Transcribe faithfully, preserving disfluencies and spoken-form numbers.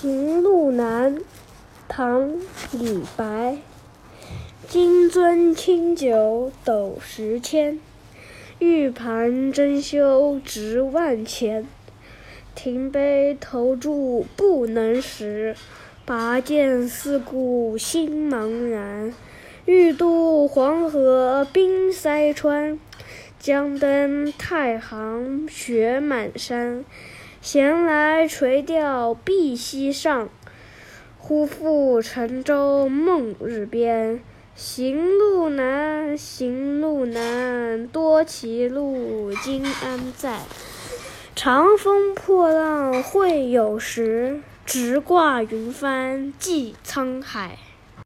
行路难，唐·李白。金樽清酒斗十千，玉盘珍羞直万钱。停杯投箸不能食，拔剑四顾心茫然。欲渡黄河冰塞川，将登太行雪满山。闲来垂钓碧溪上，忽复乘舟梦日边。行路难，行路难，多歧路，今安在？长风破浪会有时，直挂云帆济沧海。